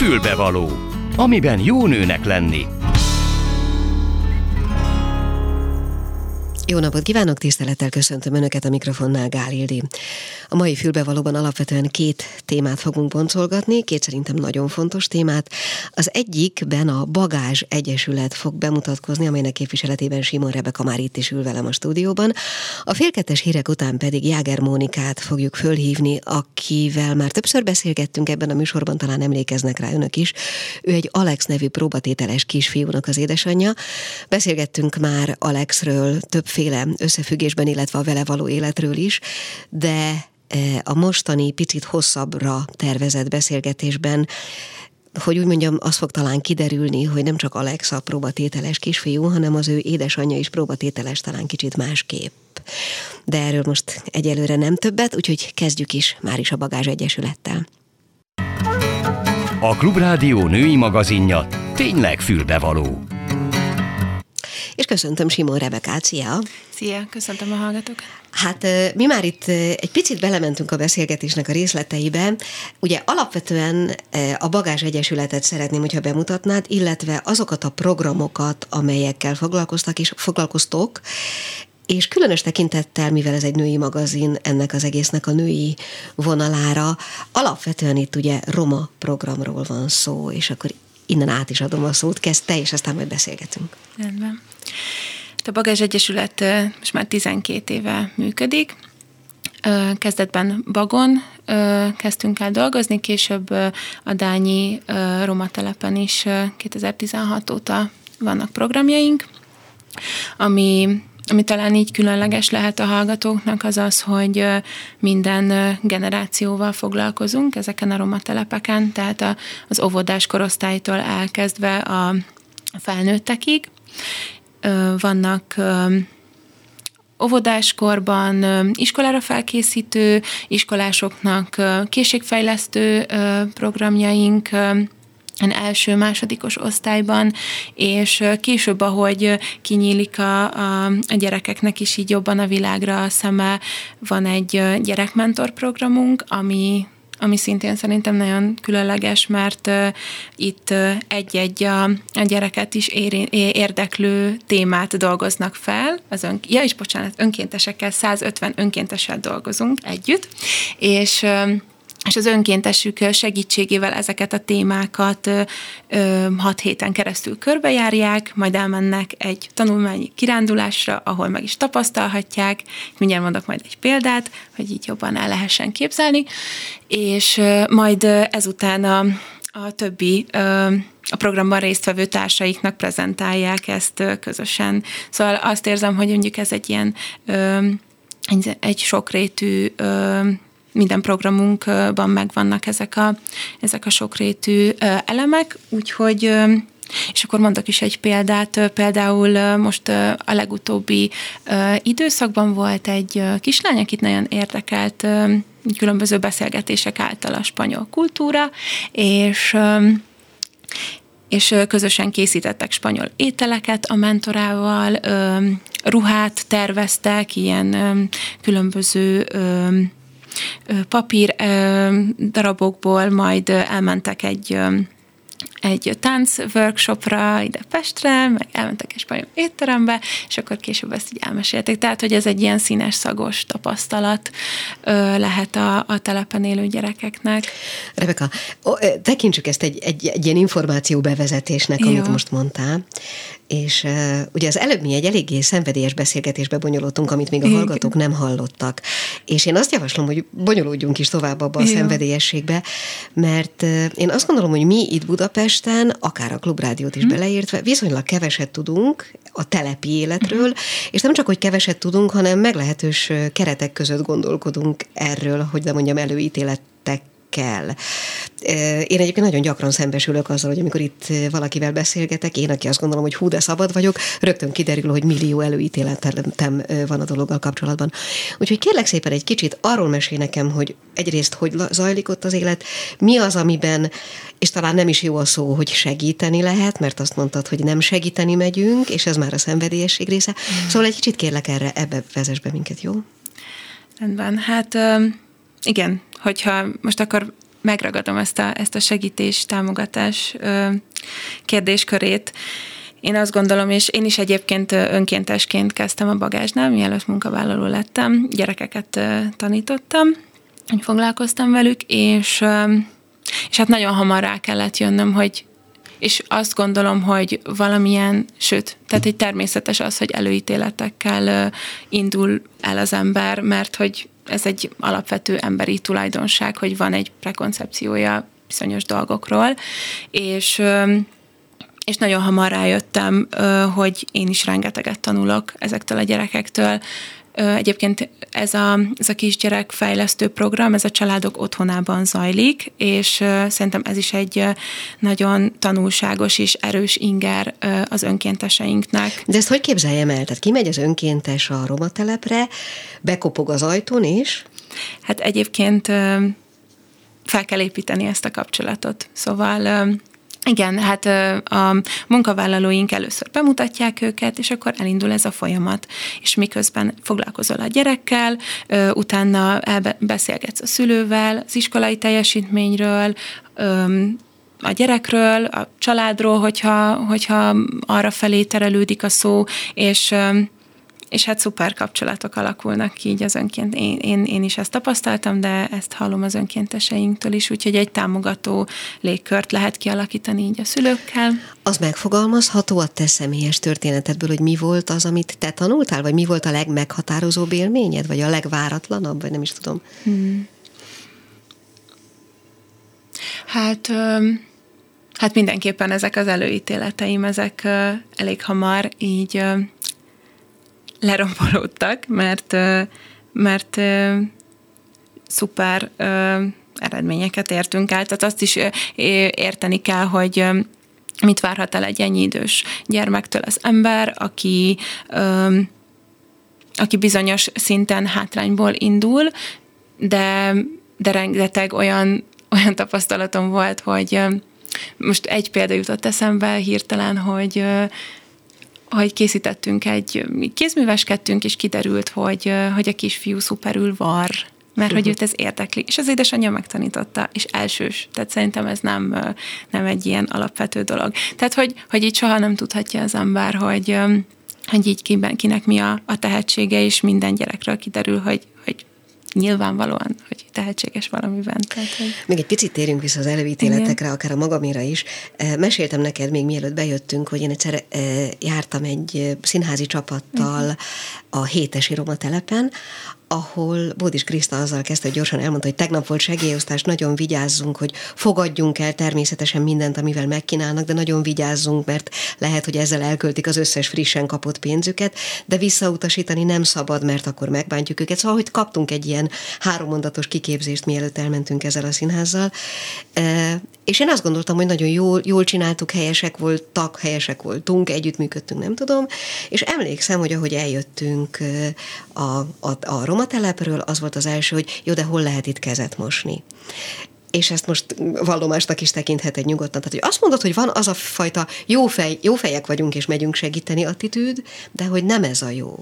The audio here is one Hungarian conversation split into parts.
Fülbevaló, amiben jó nőnek lenni. Jó napot kívánok, tisztelettel köszöntöm Önöket, a mikrofonnál Gál Ildi. A mai Fülbevalóban alapvetően két témát fogunk boncolgatni, két szerintem nagyon fontos témát. Az egyikben a Bagázs Egyesület fog bemutatkozni, amelynek képviseletében Simon Rebeka már itt is ül velem a stúdióban. A fél kettes hírek után pedig Jáger Mónikát fogjuk fölhívni, akivel már többször beszélgettünk ebben a műsorban, talán emlékeznek rá Önök is. Ő egy Alex nevű próbatételes kisfiúnak az édesanyja. Beszélgettünk már Alexről többféle összefüggésben, illetve a vele való életről is, de a mostani picit hosszabbra tervezett beszélgetésben, hogy úgy mondjam, az fog talán kiderülni, hogy nem csak Alex a próbatételes kisfiú, hanem az ő édesanyja is próbatételes, talán kicsit másképp. De erről most egyelőre nem többet, úgyhogy kezdjük is már is a Bagázs Egyesülettel. A Klubrádió női magazinja tényleg fülbevaló. És köszöntöm Simon Rebekát, szia! Szia, köszöntöm a hallgatókat! Hát mi már itt egy picit belementünk a beszélgetésnek a részleteibe. Ugye alapvetően a Bagázs Egyesületet szeretném, hogyha bemutatnád, illetve azokat a programokat, amelyekkel foglalkoztok, és különös tekintettel, mivel ez egy női magazin, ennek az egésznek a női vonalára, alapvetően itt ugye roma programról van szó, és akkor innen át is adom a szót, kezd te, és aztán majd beszélgetünk. Rendben. A Bagázs Egyesület most már 12 éve működik. Kezdetben Bagon kezdtünk el dolgozni, később a dányi roma telepen is 2016 óta vannak programjaink, ami talán így különleges lehet a hallgatóknak, az az, hogy minden generációval foglalkozunk ezeken a roma telepeken, tehát az óvodás korosztálytól elkezdve a felnőttekig. Vannak óvodáskorban iskolára felkészítő, iskolásoknak készségfejlesztő programjaink, első, másodikos osztályban, és később, ahogy kinyílik a gyerekeknek is így jobban a világra a szeme, van egy gyerekmentor programunk, ami szintén szerintem nagyon különleges, mert itt egy-egy a gyereket is érdeklő témát dolgoznak fel. Önkéntesekkel, 150 önkéntessel dolgozunk együtt, és az önkéntesük segítségével ezeket a témákat 6 héten keresztül körbejárják, majd elmennek egy tanulmányi kirándulásra, ahol meg is tapasztalhatják. Mindjárt mondok majd egy példát, hogy így jobban el lehessen képzelni, és majd ezután a többi a programban résztvevő társaiknak prezentálják ezt közösen. Szóval azt érzem, hogy mondjuk ez egy ilyen egy sokrétű minden programunkban megvannak ezek a sokrétű elemek, úgyhogy, és akkor mondok is egy példát, például most a legutóbbi időszakban volt egy kislány, akit nagyon érdekelt különböző beszélgetések által a spanyol kultúra, és közösen készítettek spanyol ételeket a mentorával, ruhát terveztek, ilyen különböző papír darabokból, majd elmentek egy tánc workshopra ide Pestre, meg elmentek egy spanyol étterembe, és akkor később ezt így elmesélték. Tehát, hogy ez egy ilyen színes, szagos tapasztalat lehet a telepen élő gyerekeknek. Rebeka, tekintsük ezt egy ilyen információ bevezetésnek, amit most mondtál, és ugye az előbb mi egy eléggé szenvedélyes beszélgetésbe bonyolultunk, amit még a hallgatók nem hallottak. És én azt javaslom, hogy bonyolódjunk is tovább abba a szenvedélyességbe, mert én azt gondolom, hogy mi itt Budapesten, akár a Klubrádiót is beleértve, viszonylag keveset tudunk a telepi életről, és nem csak, hogy keveset tudunk, hanem meglehetős keretek között gondolkodunk erről, hogy de mondjam, előítéletek kell. Én egyébként nagyon gyakran szembesülök azzal, hogy amikor itt valakivel beszélgetek, én, aki azt gondolom, hogy hú, de szabad vagyok, rögtön kiderül, hogy millió előítéletem van a dologgal kapcsolatban. Úgyhogy kérlek szépen egy kicsit arról mesél nekem, hogy egyrészt hogy zajlik ott az élet, mi az, amiben, és talán nem is jó a szó, hogy segíteni lehet, mert azt mondtad, hogy nem segíteni megyünk, és ez már a szenvedélyesség része. Szóval egy kicsit kérlek ebbe vezess be minket, jó? Rendben, hát igen, hogyha most akkor megragadom ezt a segítés, támogatás kérdéskörét. Én azt gondolom, és én is egyébként önkéntesként kezdtem a Bagázsnál, mielőtt munkavállaló lettem, gyerekeket tanítottam, hogy foglalkoztam velük, és hát nagyon hamar rá kellett jönnöm, hogy és azt gondolom, hogy valamilyen, tehát egy természetes az, hogy előítéletekkel indul el az ember, mert hogy ez egy alapvető emberi tulajdonság, hogy van egy prekoncepciója bizonyos dolgokról, és nagyon hamar rájöttem, hogy én is rengeteget tanulok ezektől a gyerekektől. Egyébként ez a kisgyerek fejlesztő program, ez a Családok Otthonában zajlik, és szerintem ez is egy nagyon tanulságos és erős inger az önkénteseinknek. De ezt hogy képzeljem el? Tehát kimegy az önkéntes a romatelepre, bekopog az ajtón is? Hát egyébként fel kell építeni ezt a kapcsolatot. Szóval igen, hát a munkavállalóink először bemutatják őket, és akkor elindul ez a folyamat. És miközben foglalkozol a gyerekkel, utána beszélgetsz a szülővel, az iskolai teljesítményről, a gyerekről, a családról, hogyha arra felé terelődik a szó, és hát szuper kapcsolatok alakulnak ki így az önként. Én is ezt tapasztaltam, de ezt hallom az önkénteseinktől is, úgyhogy egy támogató légkört lehet kialakítani így a szülőkkel. Az megfogalmazható a te személyes történetedből, hogy mi volt az, amit te tanultál, vagy mi volt a legmeghatározóbb élményed, vagy a legváratlanabb, vagy nem is tudom. Hát mindenképpen ezek az előítéleteim, ezek elég hamar így lerombolódtak, mert szuper eredményeket értünk el. Tehát azt is érteni kell, hogy mit várhat el egy ennyi idős gyermektől az ember, aki bizonyos szinten hátrányból indul, de rengeteg olyan tapasztalatom volt, hogy most egy példa jutott eszembe hirtelen, hogy készítettünk kézműveskedtünk, és kiderült, hogy a kisfiú szuperül var, mert hogy őt ez érdekli. És az édesanyja megtanította, és elsős. Tehát szerintem ez nem egy ilyen alapvető dolog. Tehát, hogy így soha nem tudhatja az ember, hogy így kinek mi a tehetsége, és minden gyerekről kiderül, hogy nyilvánvalóan, hogy tehetséges valamiben. Tehát, hogy... Még egy picit térjünk vissza az előítéletekre, akár a magaméra is. Meséltem neked még mielőtt bejöttünk, hogy én egyszer jártam egy színházi csapattal a Hétesi romatelepen, ahol Bódis Kriszta azzal kezdte, hogy gyorsan elmondta, hogy tegnap volt segélyosztás, nagyon vigyázzunk, hogy fogadjunk el természetesen mindent, amivel megkínálnak, de nagyon vigyázzunk, mert lehet, hogy ezzel elköltik az összes frissen kapott pénzüket, de visszautasítani nem szabad, mert akkor megbántjuk őket. Szóval, hogy kaptunk egy ilyen 3 mondatos kiképzést, mielőtt elmentünk ezzel a színházzal. És én azt gondoltam, hogy nagyon jól csináltuk, helyesek voltunk, együttműködtünk, nem tudom, és emlékszem, hogy ahogy eljöttünk a romatelepről, az volt az első, hogy jó, de hol lehet itt kezet mosni? És ezt most vallomásnak is tekintheted nyugodtan. Tehát, hogy azt mondod, hogy van az a fajta jó fejek vagyunk, és megyünk segíteni attitűd, de hogy nem ez a jó.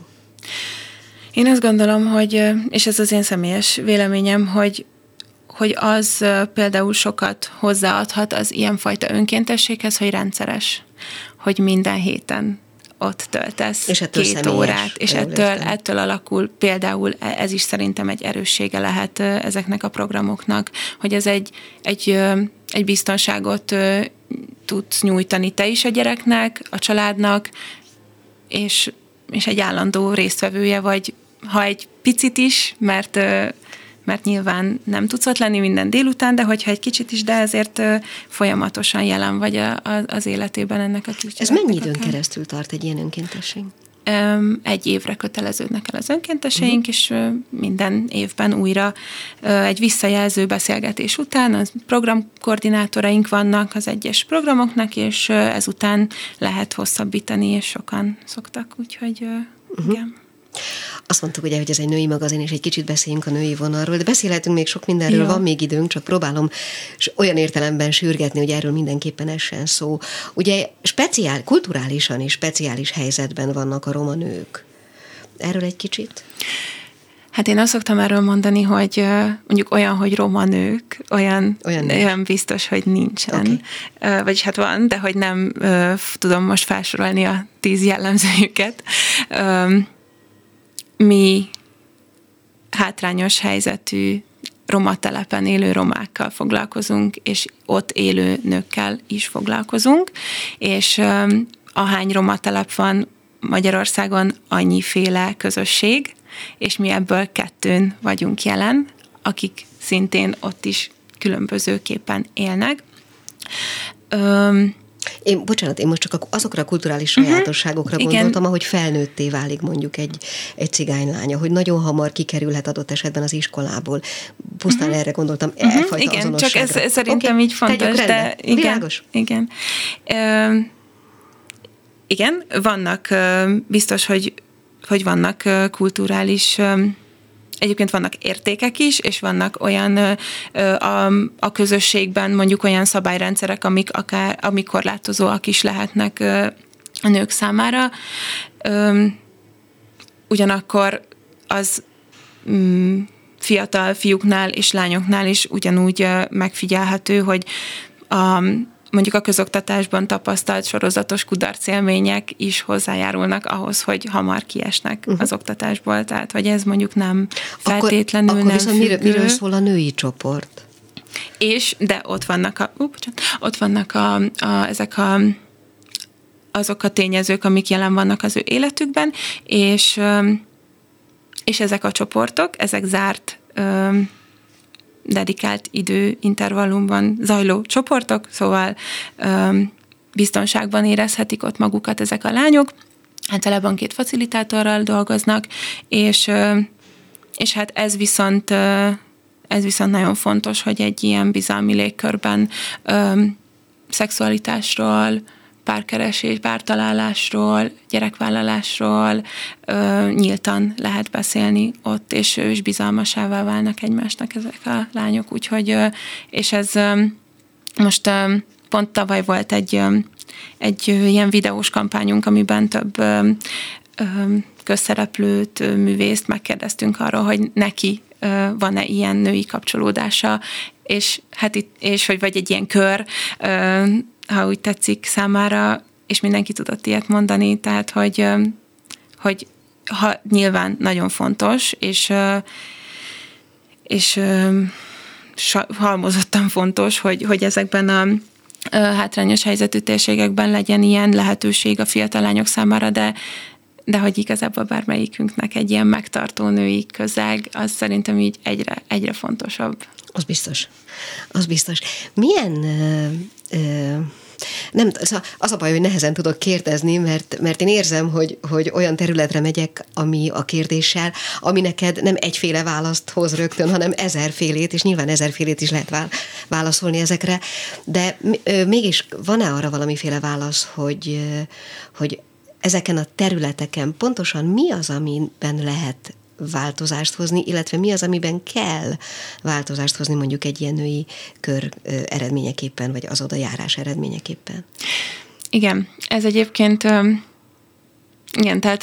Én azt gondolom, hogy, és ez az én személyes véleményem, hogy az például sokat hozzáadhat az ilyenfajta önkéntességhez, hogy rendszeres, hogy minden héten ott töltesz és 2 órát, és ettől alakul, például ez is szerintem egy erőssége lehet ezeknek a programoknak, hogy ez egy biztonságot tudsz nyújtani te is a gyereknek, a családnak, és egy állandó résztvevője vagy, ha egy picit is, mert nyilván nem tudsz ott lenni minden délután, de hogyha egy kicsit is, de ezért folyamatosan jelen vagy az életében ennek a kisgyereknek. Ez mennyi időn keresztül tart egy ilyen önkéntesség? 1 évre köteleződnek el az önkénteseink, és minden évben újra egy visszajelző beszélgetés után az programkoordinátoraink vannak az egyes programoknak, és ezután lehet hosszabbítani, és sokan szoktak, úgyhogy igen. Azt mondtuk ugye, hogy ez egy női magazin, és egy kicsit beszéljünk a női vonalról, de beszélhetünk még sok mindenről, van még időnk, csak próbálom olyan értelemben sürgetni, hogy erről mindenképpen essen szó. Ugye kulturálisan is speciális helyzetben vannak a roma nők. Erről egy kicsit? Hát én azt szoktam erről mondani, hogy mondjuk olyan, hogy roma nők, olyan biztos, hogy nincsen. Okay. Vagyis hát van, de hogy nem tudom most felsorolni a 10 jellemzőjüket. Mi hátrányos helyzetű roma telepen élő romákkal foglalkozunk, és ott élő nőkkel is foglalkozunk, és ahány roma telep van Magyarországon, annyiféle közösség, és mi ebből 2 vagyunk jelen, akik szintén ott is különbözőképpen élnek. Én most csak azokra a kulturális sajátosságokra gondoltam, ahogy felnőtté válik mondjuk egy cigánylánya, hogy nagyon hamar kikerülhet adott esetben az iskolából. Pusztán erre gondoltam, elfajta igen, azonosságra. Csak ez szerintem így fontos, de világos? Igen. Igen, vannak, biztos, hogy vannak kulturális, egyébként vannak értékek is, és vannak olyan a közösségben mondjuk olyan szabályrendszerek, amik korlátozóak is lehetnek a nők számára. Ugyanakkor az fiatal fiúknál és lányoknál is ugyanúgy megfigyelhető, hogy mondjuk a közoktatásban tapasztalt sorozatos kudarcélmények is hozzájárulnak ahhoz, hogy hamar kiesnek az oktatásból, tehát hogy ez mondjuk nem feltétlenül akkor nem függő. Miről szól a női csoport? De ott vannak azok a tényezők, amik jelen vannak az ő életükben, és ezek a csoportok, ezek zárt dedikált időintervallumban zajló csoportok, szóval biztonságban érezhetik ott magukat ezek a lányok. Általában 2 facilitátorral dolgoznak, és hát ez viszont nagyon fontos, hogy egy ilyen bizalmi légkörben szexualitásról, párkeresés, pártalálásról, gyerekvállalásról nyíltan lehet beszélni ott, és bizalmasává válnak egymásnak ezek a lányok. Úgyhogy, és ez most pont tavaly volt egy ilyen videós kampányunk, amiben több közszereplőt, művészt megkérdeztünk arról, hogy neki van-e ilyen női kapcsolódása, és hogy vagy egy ilyen kör, ha úgy tetszik számára, és mindenki tudott ilyet mondani, tehát, hogy nyilván nagyon fontos, és halmozottan fontos, hogy ezekben a hátrányos helyzetű térségekben legyen ilyen lehetőség a fiatal lányok számára, de hogy igazából bármelyikünknek egy ilyen megtartó női közeg, az szerintem így egyre fontosabb. Az biztos. Milyen... Nem, az a baj, hogy nehezen tudok kérdezni, mert én érzem, hogy olyan területre megyek, ami a kérdéssel, ami neked nem egyféle választ hoz rögtön, hanem 1000-félét, és nyilván 1000-félét is lehet válaszolni ezekre, de mégis van-e arra valamiféle válasz, hogy ezeken a területeken pontosan mi az, amiben lehet változást hozni, illetve mi az, amiben kell változást hozni mondjuk egy ilyen női kör eredményeképpen, vagy az odajárás eredményeképpen? Igen, ez egyébként igen, tehát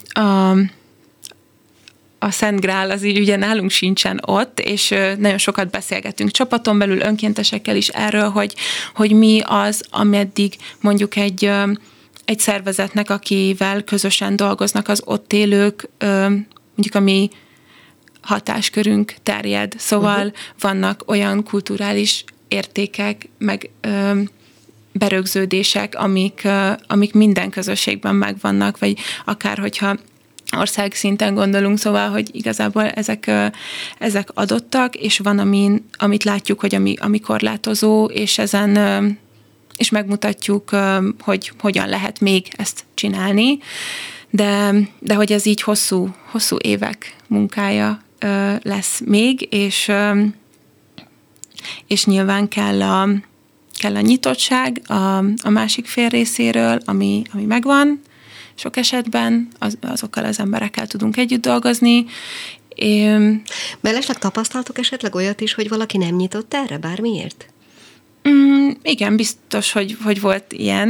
a Szent Grál az így ugye nálunk sincsen ott, és nagyon sokat beszélgetünk csapaton belül, önkéntesekkel is erről, hogy mi az, ameddig mondjuk egy szervezetnek, akivel közösen dolgoznak az ott élők, mondjuk a mi hatáskörünk terjed. Szóval vannak olyan kulturális értékek, meg berögződések, amik minden közösségben megvannak, vagy akár hogyha ország szinten gondolunk, szóval, hogy igazából ezek adottak, és van, amit látjuk, hogy ami korlátozó, és ezen és megmutatjuk, hogy hogyan lehet még ezt csinálni, de hogy ez így hosszú évek munkája lesz még, és nyilván kell a nyitottság a másik fél részéről, ami megvan. Sok esetben azokkal az emberekkel tudunk együtt dolgozni. Mellesleg tapasztaltok esetleg olyat is, hogy valaki nem nyitott erre bármiért? Igen, biztos, hogy volt ilyen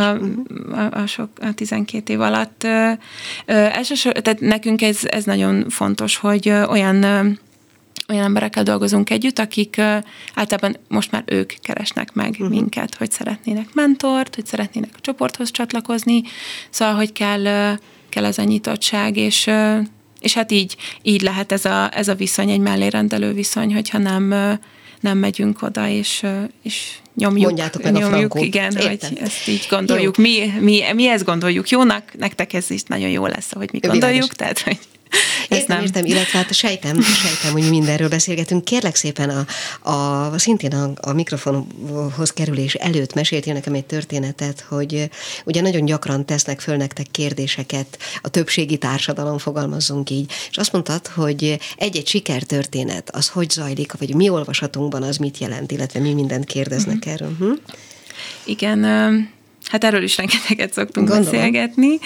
a 12 év alatt. Tehát nekünk ez nagyon fontos, hogy olyan emberekkel dolgozunk együtt, akik általában most már ők keresnek meg minket, hogy szeretnének mentort, hogy szeretnének a csoporthoz csatlakozni, szóval, hogy kell ez a nyitottság, és hát így lehet ez a viszony, egy mellérendelő viszony, hogyha nem megyünk oda, és nyomjuk. Mondjátok meg a frankót. Igen, hogy ezt így gondoljuk. Mi ezt gondoljuk jónak, nektek ez is nagyon jó lesz, ahogy mi gondoljuk, tehát, hogy Értem, illetve hát sejtem, hogy mindenről beszélgetünk. Kérlek szépen szintén a mikrofonhoz kerülés előtt meséltél nekem egy történetet, hogy ugye nagyon gyakran tesznek föl nektek kérdéseket, a többségi társadalom, fogalmazzunk így, és azt mondtad, hogy egy-egy sikertörténet, az hogy zajlik, vagy mi olvasatunkban az mit jelent, illetve mi mindent kérdeznek erről. Igen, hát erről is rengeteget szoktunk beszélgetni,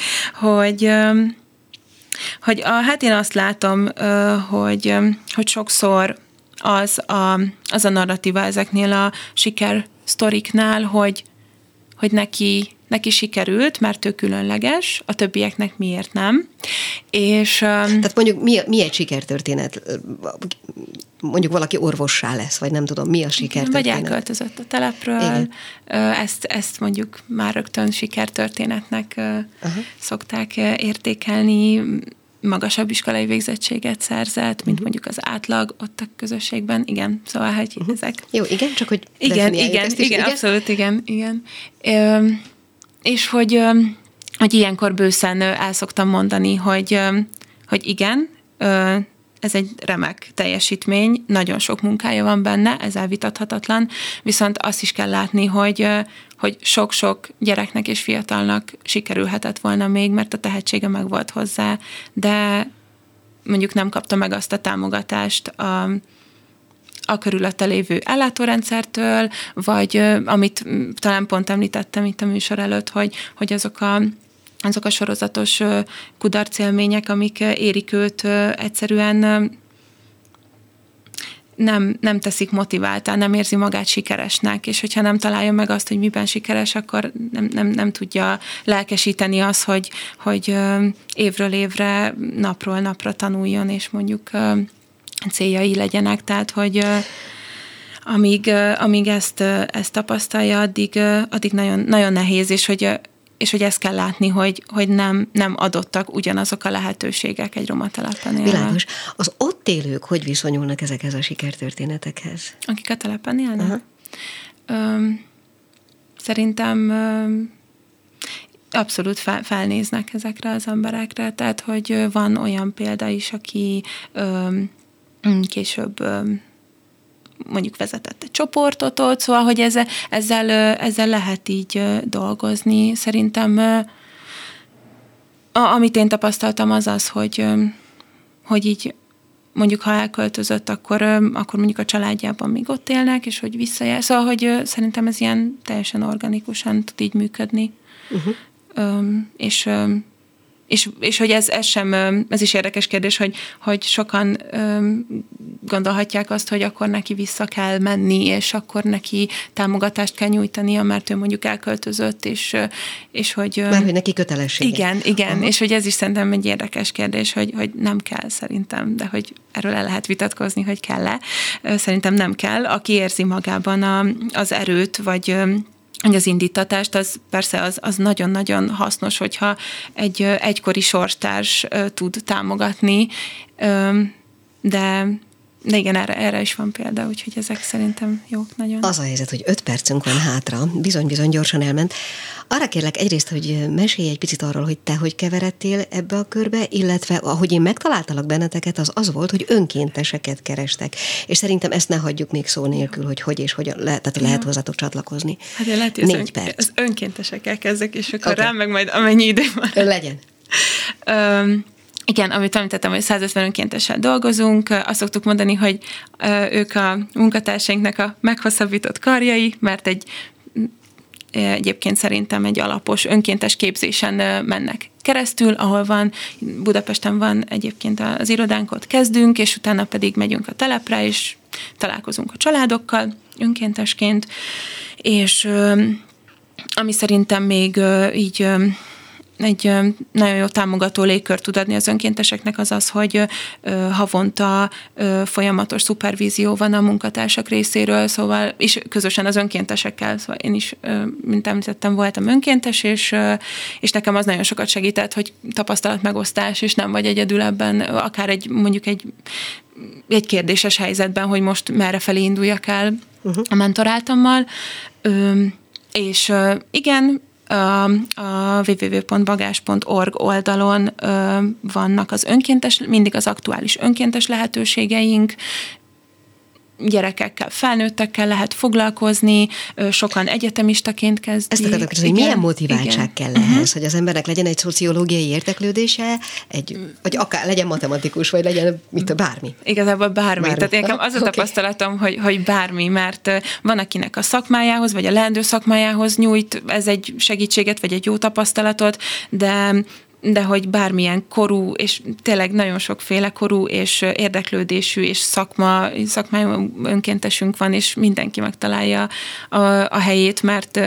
hogy hát én azt látom, hogy sokszor az a narratíva ezeknél a sikersztoriknál, hogy neki sikerült, mert ő különleges, a többieknek miért nem. És, tehát mondjuk mi egy sikertörténet? Mondjuk valaki orvossá lesz, vagy nem tudom, mi a sikertörténet? Vagy elköltözött a telepről, ezt mondjuk már rögtön sikertörténetnek szokták értékelni, magasabb iskolai végzettséget szerzett, mint mondjuk az átlag ott a közösségben. Igen, szóval, hogy ezek... Jó, igen, csak hogy igen, abszolút, igen. És hogy ilyenkor bőszen el szoktam mondani, hogy igen, ez egy remek teljesítmény, nagyon sok munkája van benne, ez elvitathatatlan, viszont azt is kell látni, hogy sok-sok gyereknek és fiatalnak sikerülhetett volna még, mert a tehetsége meg volt hozzá, de mondjuk nem kapta meg azt a támogatást a körülötte lévő ellátórendszertől, vagy amit talán pont említettem itt a műsor előtt, hogy azok a sorozatos kudarcélmények, amik érik őt, egyszerűen nem teszik motiváltá, nem érzi magát sikeresnek, és hogyha nem találja meg azt, hogy miben sikeres, akkor nem tudja lelkesíteni az, hogy évről évre, napról napra tanuljon, és mondjuk céljai legyenek. Tehát, hogy amíg ezt tapasztalja, addig nagyon, nagyon nehéz, és hogy ezt kell látni, hogy nem adottak ugyanazok a lehetőségek egy roma telepen élve. Világos. Az ott élők hogy viszonyulnak ezekhez a sikertörténetekhez? Akik a telepen élnek? Szerintem abszolút felnéznek ezekre az emberekre, tehát hogy van olyan példa is, aki később mondjuk vezetett egy csoportot ott, szóval, hogy ezzel lehet így dolgozni. Szerintem amit én tapasztaltam az, hogy így mondjuk ha elköltözött, akkor mondjuk a családjában még ott élnek, és hogy visszajár. Szóval, hogy szerintem ez ilyen teljesen organikusan tud így működni. És hogy ez is érdekes kérdés, hogy sokan gondolhatják azt, hogy akkor neki vissza kell menni, és akkor neki támogatást kell nyújtania, mert ő mondjuk elköltözött, és hogy... Mert hogy neki kötelessége. Igen, és hogy ez is szerintem egy érdekes kérdés, hogy nem kell szerintem, de hogy erről el lehet vitatkozni, hogy kell-e. Szerintem nem kell. Aki érzi magában az erőt, vagy az indítatást, az persze az nagyon-nagyon hasznos, hogyha egy egykori sorstárs tud támogatni, de igen, erre is van példa, úgyhogy ezek szerintem jók nagyon. Az a helyzet, hogy 5 percünk van hátra, bizony gyorsan elment. Arra kérlek egyrészt, hogy mesélj egy picit arról, hogy te hogy keveredtél ebbe a körbe, illetve ahogy én megtaláltalak benneteket, az volt, hogy önkénteseket kerestek. És szerintem ezt ne hagyjuk még szó nélkül, hogy és hogyan lehet hozzátok csatlakozni. Hát én lehet, hogy 4 perc. Az önkéntesekkel kezdek, és akkor rám meg majd amennyi idő van. Legyen. Igen, amit említettem, hogy 150 önkéntessel dolgozunk, azt szoktuk mondani, hogy ők a munkatársainknak a meghosszabbított karjai, mert egyébként szerintem egy alapos önkéntes képzésen mennek keresztül, ahol van, Budapesten van egyébként az irodánk, ott kezdünk, és utána pedig megyünk a telepre, és találkozunk a családokkal, önkéntesként, és ami szerintem még így egy nagyon jó támogató légkört tud adni az önkénteseknek az az, hogy havonta folyamatos szupervízió van a munkatársak részéről, szóval, és közösen az önkéntesekkel, szóval én is, mint említettem, voltam önkéntes, és nekem az nagyon sokat segített, hogy tapasztalatmegosztás, és nem vagy egyedül ebben, akár mondjuk egy kérdéses helyzetben, hogy most merre felé induljak el a mentoráltammal. És igen, a www.bagás.org oldalon vannak az önkéntes, mindig az aktuális önkéntes lehetőségeink, gyerekekkel, felnőttekkel lehet foglalkozni, sokan egyetemistaként kezdik. Ezt akarok kérdezni, hogy milyen motiváltság kell ehhez, hogy az embernek legyen egy szociológiai érdeklődése, vagy akár legyen matematikus, vagy legyen bármi. Igazából bármi. Tehát nekem az a tapasztalatom, hogy bármi, mert van, akinek a szakmájához, vagy a leendő szakmájához nyújt ez egy segítséget, vagy egy jó tapasztalatot, de hogy bármilyen korú, és tényleg nagyon sokféle korú, és érdeklődésű, és szakmai önkéntesünk van, és mindenki megtalálja a helyét, mert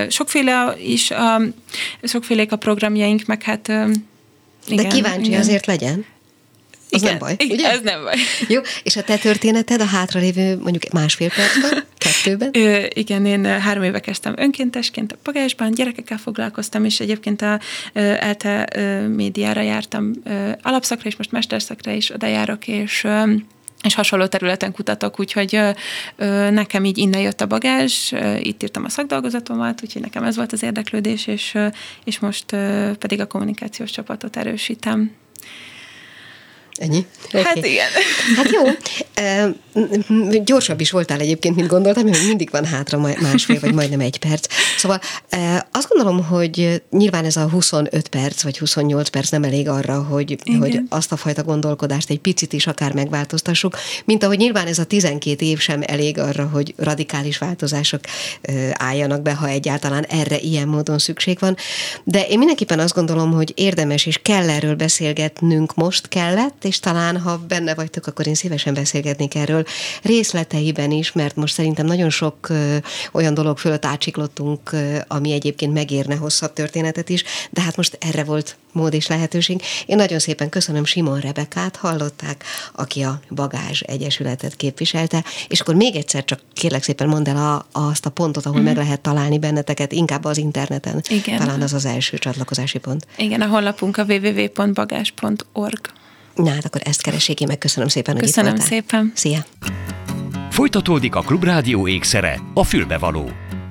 sokfélék a programjaink, meg hát igen. De kíváncsi azért legyen. Az nem baj, ugye? Ez nem baj. Jó, és a te történeted a hátralévő mondjuk 1,5 percben, 2-ben? Igen, én 3 éve kezdtem önkéntesként a Pagásban, gyerekekkel foglalkoztam, és egyébként a ELTE médiára jártam alapszakra, és most mesterszakra is oda járok, és hasonló területen kutatok, úgyhogy nekem így innen jött a bagázs, itt írtam a szakdolgozatomat, úgyhogy nekem ez volt az érdeklődés, és most pedig a kommunikációs csapatot erősítem. Ennyi? Okay. Hát igen. Hát jó. Gyorsabb is voltál egyébként, mint gondoltam, hogy mindig van hátra 1,5 vagy majdnem 1 perc. Szóval azt gondolom, hogy nyilván ez a 25 perc vagy 28 perc nem elég arra, hogy azt a fajta gondolkodást egy picit is akár megváltoztassuk, mint ahogy nyilván ez a 12 év sem elég arra, hogy radikális változások álljanak be, ha egyáltalán erre ilyen módon szükség van. De én mindenképpen azt gondolom, hogy érdemes és kell erről beszélgetnünk, most kellett, és talán, ha benne vagytok, akkor én szívesen beszélgetnék erről részleteiben is, mert most szerintem nagyon sok olyan dolog fölött átsiklottunk, ami egyébként megérne hosszabb történetet is, de hát most erre volt mód és lehetőség. Én nagyon szépen köszönöm, Simon Rebekát hallották, aki a Bagázs Egyesületet képviselte, és akkor még egyszer csak kérlek szépen mondd el azt a pontot, ahol meg lehet találni benneteket, inkább az interneten. Igen. Talán az az első csatlakozási pont. Igen, a honlapunk a www.bagás.org. Na, hát akkor ezt keressék, én meg köszönöm szépen, hogy köszönöm itt voltál. Szépen. Szia! Folytatódik a Klubrádió ékszere, a fülbevaló.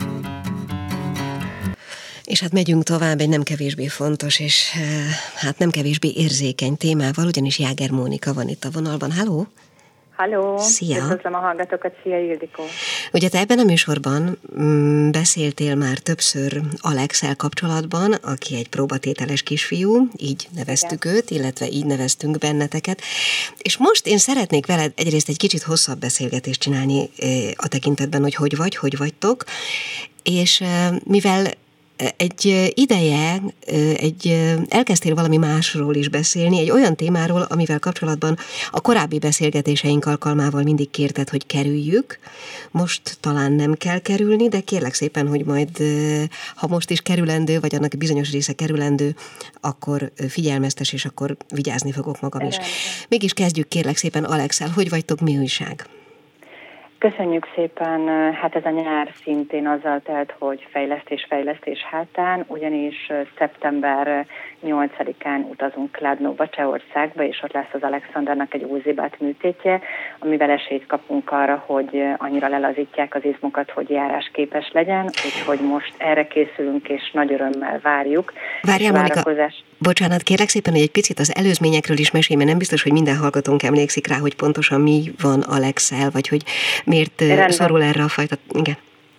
És hát megyünk tovább egy nem kevésbé fontos, és hát nem kevésbé érzékeny témával, ugyanis Jáger Mónika van itt a vonalban. Halló! Halló! Szia! Üdvözlöm a hallgatókat, szia Ildikó! Ugye te ebben a műsorban beszéltél már többször Alexszel kapcsolatban, aki egy próbatételes kisfiú, így neveztük őt, illetve így neveztünk benneteket, és most én szeretnék veled egyrészt egy kicsit hosszabb beszélgetést csinálni a tekintetben, hogy vagytok, és mivel egy ideje elkezdtél valami másról is beszélni, egy olyan témáról, amivel kapcsolatban a korábbi beszélgetéseink alkalmával mindig kérted, hogy kerüljük. Most talán nem kell kerülni, de kérlek szépen, hogy majd, ha most is kerülendő, vagy annak bizonyos része kerülendő, akkor figyelmeztes, és akkor vigyázni fogok magam is. Mégis kezdjük kérlek szépen Alexszel, hogy vagytok, mi újság? Köszönjük szépen, hát ez a nyár szintén azzal telt, hogy fejlesztés hátán, ugyanis szeptember 8-án utazunk Kladnóba, Csehországba, és ott lesz az Alexandernak egy újzibát műtétje, amivel esélyt kapunk arra, hogy annyira lelazítják az izmokat, hogy járásképes legyen, úgyhogy most erre készülünk, és nagy örömmel várjuk. Várjál, Mónika, bocsánat, kérlek szépen, hogy egy picit az előzményekről is mesélj, mert nem biztos, hogy minden hallgatónk emlékszik rá, hogy pontosan mi van Alexszel, vagy hogy miért szorul erre a fajta... Igen.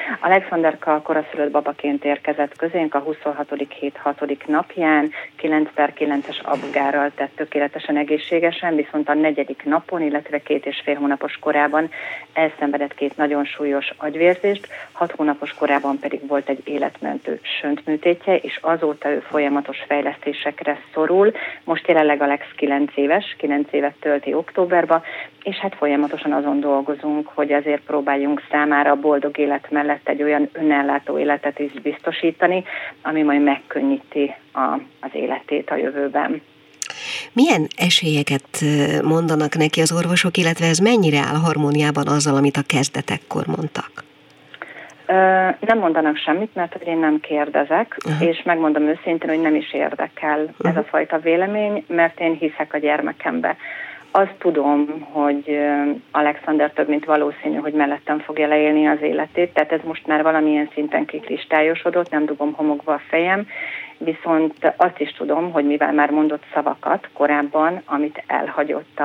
Alexanderka koraszülött babaként érkezett közénk a 26. hét 6. napján, 9/9-es abgárral tett tökéletesen egészségesen, viszont a 4. napon, illetve 2,5 hónapos korában elszenvedett 2 nagyon súlyos agyvérzést, 6 hónapos korában pedig volt egy életmentő söntműtétje, és azóta ő folyamatos fejlesztésekre szorul. Most jelenleg Alex 9 éves, 9 évet tölti októberba, és hát folyamatosan azon dolgozunk, hogy azért próbáljunk számára a boldog élet mellett egy olyan önellátó életet is biztosítani, ami majd megkönnyíti az életét a jövőben. Milyen esélyeket mondanak neki az orvosok, illetve ez mennyire áll harmóniában azzal, amit a kezdetekkor mondtak? Nem mondanak semmit, mert én nem kérdezek, és megmondom őszintén, hogy nem is érdekel ez a fajta vélemény, mert én hiszek a gyermekembe. Azt tudom, hogy Alexander több mint valószínű, hogy mellettem fogja leélni az életét, tehát ez most már valamilyen szinten kikristályosodott, nem dugom homokba a fejem, viszont azt is tudom, hogy mivel már mondott szavakat korábban, amit elhagyott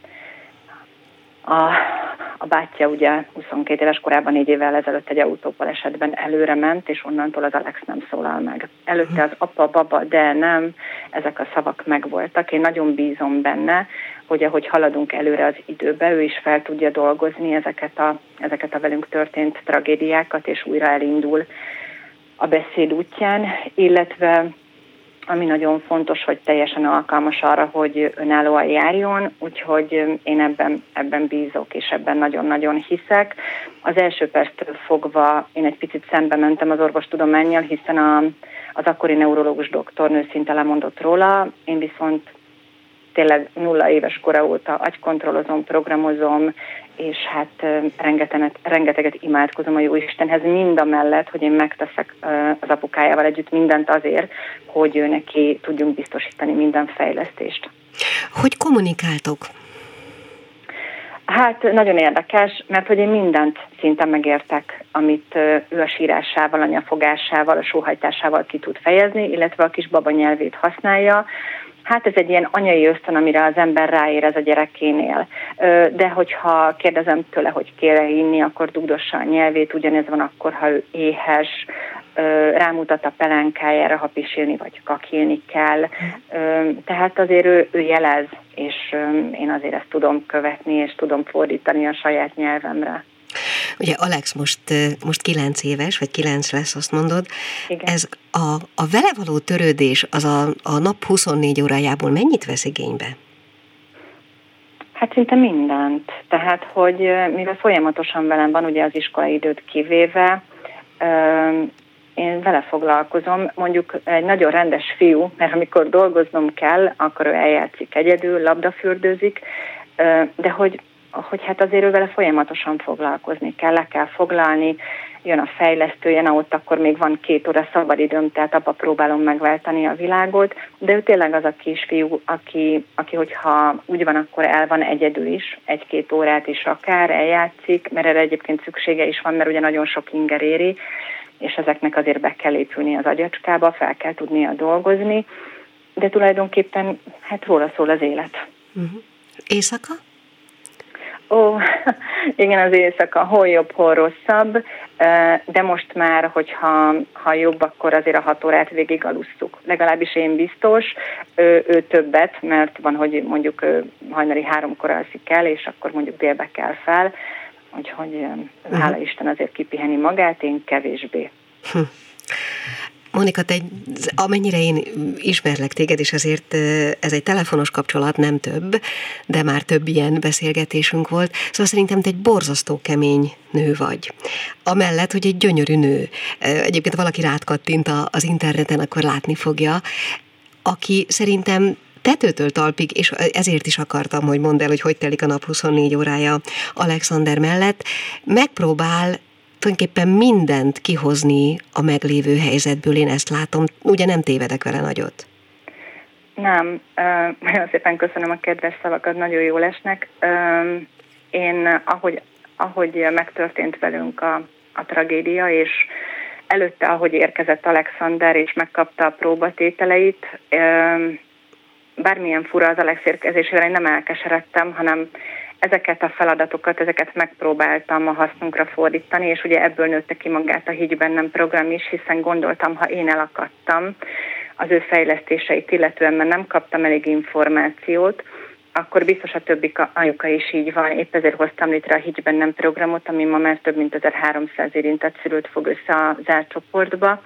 a bátyja, ugye 22 éves korában 4 évvel ezelőtt egy autóbalesetben előre ment, és onnantól az Alex nem szólal meg. Előtte az apa, baba, de nem, ezek a szavak megvoltak. Én nagyon bízom benne, hogy ahogy haladunk előre az időbe, ő is fel tudja dolgozni ezeket a velünk történt tragédiákat, és újra elindul a beszéd útján, illetve ami nagyon fontos, hogy teljesen alkalmas arra, hogy önállóan járjon, úgyhogy én ebben bízok, és ebben nagyon-nagyon hiszek. Az első perctől fogva én egy picit szembe mentem az orvostudománnyal, hiszen az akkori neurológus doktornő szinte lemondott róla, én viszont tényleg 0 éves kora óta agykontrollozom, programozom, és hát rengeteget imádkozom a Jóistenhez, mind a mellett, hogy én megteszek az apukájával együtt mindent azért, hogy ő neki tudjunk biztosítani minden fejlesztést. Hogy kommunikáltok? Hát nagyon érdekes, mert hogy én mindent szinte megértek, amit ő a sírásával, a nyafogásával, a sóhajtásával ki tud fejezni, illetve a kis baba nyelvét használja. Hát ez egy ilyen anyai ösztön, amire az ember ráérez a gyerekénél. De hogyha kérdezem tőle, hogy kér-e inni, akkor dugdossa a nyelvét, ugyanez van akkor, ha ő éhes, rámutat a pelánkájára, ha pisilni vagy kakilni kell. Tehát azért ő jelez, és én azért ezt tudom követni, és tudom fordítani a saját nyelvemre. Ugye Alex most 9 éves, vagy 9 lesz, azt mondod. Igen. Ez a vele való törődés az a nap 24 órájából mennyit vesz igénybe? Hát szinte mindent. Tehát, hogy mivel folyamatosan velem van, ugye az iskolai időt kivéve, én vele foglalkozom, mondjuk egy nagyon rendes fiú, mert amikor dolgoznom kell, akkor ő eljátszik egyedül, labdafürdőzik, de hogy hát azért ő vele folyamatosan foglalkozni kell, le kell foglalni, jön a fejlesztője, ott akkor még van 2 óra szabadidőm, tehát abba próbálom megváltani a világot, de ő tényleg az a kisfiú, aki hogyha úgy van, akkor el van egyedül is, 1-2 órát is akár eljátszik, mert erre egyébként szüksége is van, mert ugye nagyon sok inger éri, és ezeknek azért be kell épülni az agyacskába, fel kell tudnia dolgozni, de tulajdonképpen hát róla szól az élet. Éjszaka? Igen, az éjszaka hol jobb, hol rosszabb, de most már, hogyha jobb, akkor azért a 6 órát végig alusszuk. Legalábbis én biztos, ő többet, mert van, hogy mondjuk hajnali 3-kor alszik el, és akkor mondjuk délbe kell fel, úgyhogy hála Isten azért kipiheni magát, én kevésbé. Monika, te amennyire én ismerlek téged, és azért ez egy telefonos kapcsolat, nem több, de már több ilyen beszélgetésünk volt, szóval szerintem te egy borzasztó kemény nő vagy. Amellett, hogy egy gyönyörű nő. Egyébként valaki rád kattint az interneten, akkor látni fogja, aki szerintem tetőtől talpig, és ezért is akartam, hogy mondd el, hogy telik a nap 24 órája Alexander mellett, megpróbál tulajdonképpen mindent kihozni a meglévő helyzetből, én ezt látom. Ugye nem tévedek vele nagyot? Nem. Nagyon szépen köszönöm a kedves szavakat, nagyon jól esnek. Én, ahogy megtörtént velünk a tragédia, és előtte, ahogy érkezett Alexander, és megkapta a próbatételeit, bármilyen fura az Alex érkezésével, én nem elkeseredtem, hanem ezeket a feladatokat, ezeket megpróbáltam a hasznunkra fordítani, és ugye ebből nőtte ki magát a Higgy Bennem program is, hiszen gondoltam, ha én elakadtam az ő fejlesztéseit illetően, mert nem kaptam elég információt, akkor biztos a többi anyuka is így van. Épp ezért hoztam létre a Higgy Bennem programot, ami ma már több mint 1300 érintett szülőt fog össze a zárt csoportba.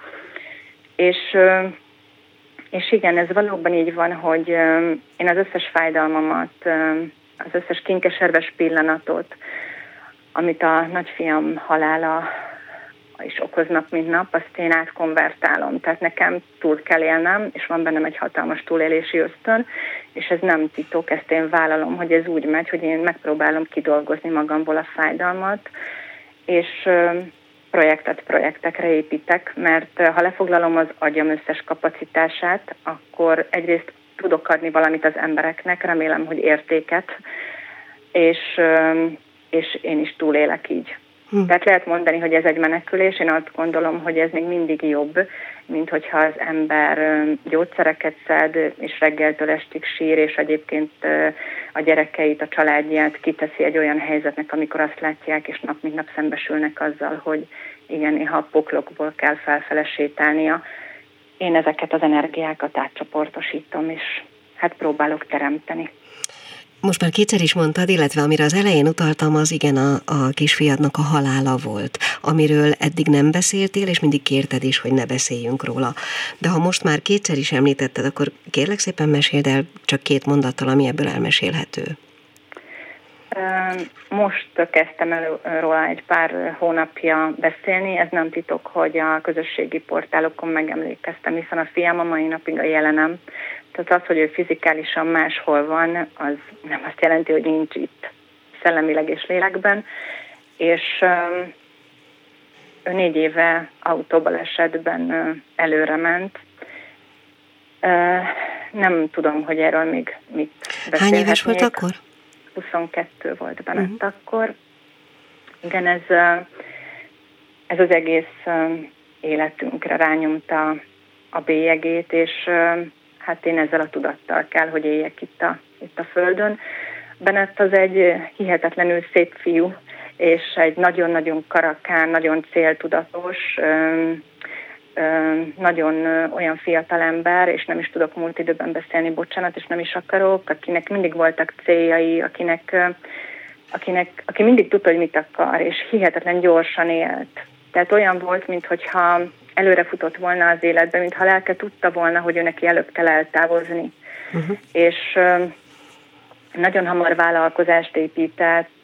És igen, ez valóban így van, hogy én az összes fájdalmamat, az összes kinkeserves pillanatot, amit a nagyfiam halála is okoz nap, mint nap, azt én átkonvertálom. Tehát nekem túl kell élnem, és van bennem egy hatalmas túlélési ösztön, és ez nem titok, ezt én vállalom, hogy ez úgy megy, hogy én megpróbálom kidolgozni magamból a fájdalmat, és projektekre építek, mert ha lefoglalom az agyam összes kapacitását, akkor egyrészt tudok adni valamit az embereknek, remélem, hogy értéket, és én is túlélek így. Tehát lehet mondani, hogy ez egy menekülés, én azt gondolom, hogy ez még mindig jobb, mint hogyha az ember gyógyszereket szed, és reggeltől estig sír, és egyébként a gyerekeit, a családját kiteszi egy olyan helyzetnek, amikor azt látják, és nap mint nap szembesülnek azzal, hogy igen, néha a poklokból kell felfele sétálnia. Én ezeket az energiákat átcsoportosítom, és hát próbálok teremteni. Most már kétszer is mondtad, illetve amire az elején utaltam, az igen a kisfiadnak a halála volt, amiről eddig nem beszéltél, és mindig kérted is, hogy ne beszéljünk róla. De ha most már kétszer is említetted, akkor kérlek szépen meséld el csak 2 mondattal, ami ebből elmesélhető. Most kezdtem el róla egy pár hónapja beszélni, ez nem titok, hogy a közösségi portálokon megemlékeztem, hiszen a fiam a mai napig a jelenem. Tehát az, hogy ő fizikálisan máshol van, az nem azt jelenti, hogy nincs itt szellemileg és lélekben. És ő 4 éve autóbalesetben előre ment. Nem tudom, hogy erről még mit beszélhetnék. Hány éves volt akkor? 22 volt Benett akkor. Igen, ez az egész életünkre rányomta a bélyegét, és hát én ezzel a tudattal kell, hogy éljek itt a Földön. Benett az egy hihetetlenül szép fiú, és egy nagyon-nagyon karakán, nagyon céltudatos, nagyon olyan fiatal ember, és nem is tudok múlt időben beszélni, bocsánat, és nem is akarok, akinek mindig voltak céljai, aki mindig tudta, hogy mit akar, és hihetetlen gyorsan élt. Tehát olyan volt, mintha előre futott volna az életbe, mintha lelke tudta volna, hogy ő neki előbb kell eltávozni. És nagyon hamar vállalkozást épített,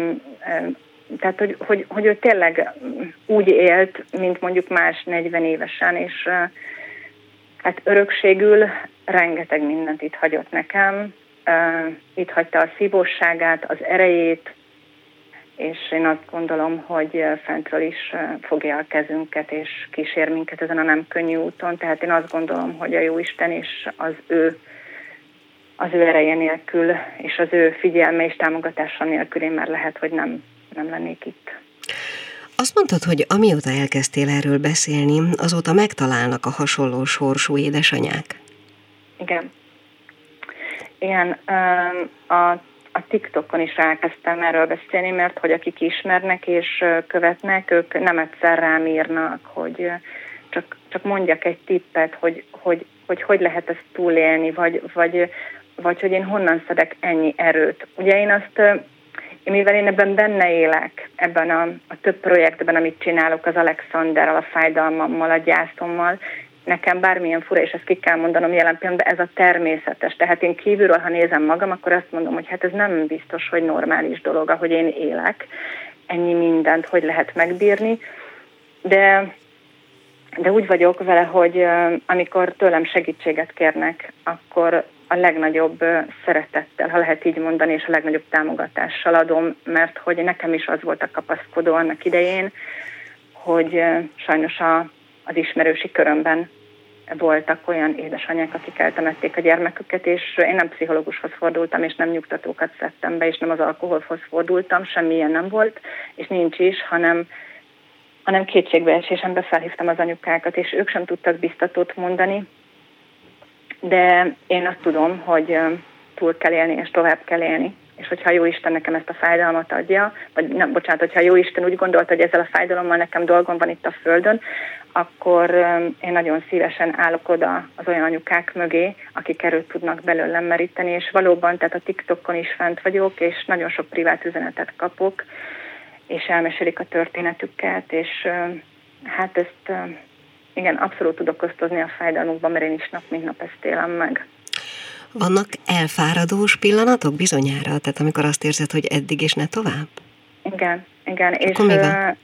tehát, hogy ő tényleg úgy élt, mint mondjuk más 40 évesen, és hát örökségül rengeteg mindent itt hagyott nekem. Itt hagyta a szívósságát, az erejét, és én azt gondolom, hogy fentről is fogja a kezünket, és kísér minket ezen a nem könnyű úton. Tehát én azt gondolom, hogy a Jóisten és az ő ereje nélkül, és az ő figyelme és támogatása nélkül én már lehet, hogy nem lennék itt. Azt mondtad, hogy amióta elkezdtél erről beszélni, azóta megtalálnak a hasonló sorsú édesanyák. Igen. Igen, a TikTokon is elkezdtem erről beszélni, mert hogy akik ismernek és követnek, ők nem egyszer rám írnak, hogy csak mondjak egy tippet, hogy lehet ezt túlélni, vagy hogy én honnan szedek ennyi erőt. Ugye mivel én ebben benne élek, ebben a több projektben, amit csinálok az Alexanderrel, a fájdalmammal, a gyászommal, nekem bármilyen fura, és ezt ki kell mondanom jelen pillanatban, ez a természetes. Tehát én kívülről, ha nézem magam, akkor azt mondom, hogy hát ez nem biztos, hogy normális dolog, ahogy én élek. Ennyi mindent, hogy lehet megbírni. De úgy vagyok vele, hogy amikor tőlem segítséget kérnek, akkor a legnagyobb szeretettel, ha lehet így mondani, és a legnagyobb támogatással adom, mert hogy nekem is az volt a kapaszkodó annak idején, hogy sajnos az ismerősi körömben voltak olyan édesanyák, akik eltemették a gyermeküket, és én nem pszichológushoz fordultam, és nem nyugtatókat szedtem be, és nem az alkoholhoz fordultam, semmilyen nem volt, és nincs is, hanem kétségbeesésembe felhívtam az anyukákat, és ők sem tudtak biztatót mondani, de én azt tudom, hogy túl kell élni, és tovább kell élni. és hogyha a Jóisten nekem ezt a fájdalmat adja, vagy nem, bocsánat, hogyha a Jóisten úgy gondolta, hogy ezzel a fájdalommal nekem dolgom van itt a Földön, akkor én nagyon szívesen állok oda az olyan anyukák mögé, akik erőt tudnak belőlem meríteni, és valóban, tehát a TikTokon is fent vagyok, és nagyon sok privát üzenetet kapok, és elmesélik a történetüket, és hát ezt igen, abszolút tudok osztozni a fájdalmukban, mert én is nap mint nap ezt élem meg. Vannak elfáradós pillanatok bizonyára? Tehát amikor azt érzed, hogy eddig és ne tovább? Igen. Akkor mi van?